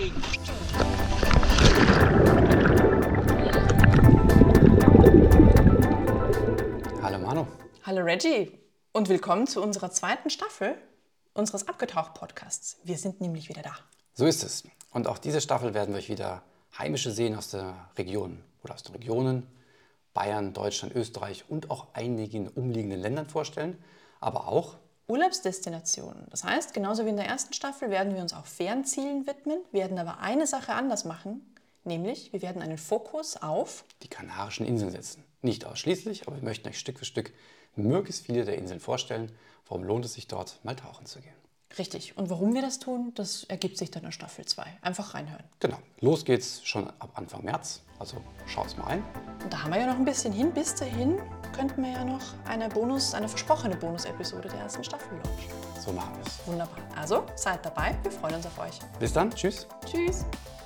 Hallo Manu. Hallo Reggie und willkommen zu unserer zweiten Staffel unseres Abgetaucht-Podcasts. Wir sind nämlich wieder da. So ist es. Und auch diese Staffel werden wir euch wieder heimische Seen aus der Region oder aus den Regionen Bayern, Deutschland, Österreich und auch einigen umliegenden Ländern vorstellen, aber auch Urlaubsdestinationen. Das heißt, genauso wie in der ersten Staffel werden wir uns auch Fernzielen widmen, werden aber eine Sache anders machen, nämlich wir werden einen Fokus auf die Kanarischen Inseln setzen. Nicht ausschließlich, aber wir möchten euch Stück für Stück möglichst viele der Inseln vorstellen. Warum lohnt es sich dort mal tauchen zu gehen? Richtig. Und warum wir das tun, das ergibt sich dann in Staffel 2. Einfach reinhören. Genau. Los geht's schon ab Anfang März. Also schaut's mal ein. Und da haben wir ja noch ein bisschen hin. Bis dahin könnten wir ja noch eine versprochene Bonus-Episode der ersten Staffel launchen. So machen wir's. Wunderbar. Also seid dabei. Wir freuen uns auf euch. Bis dann. Tschüss. Tschüss.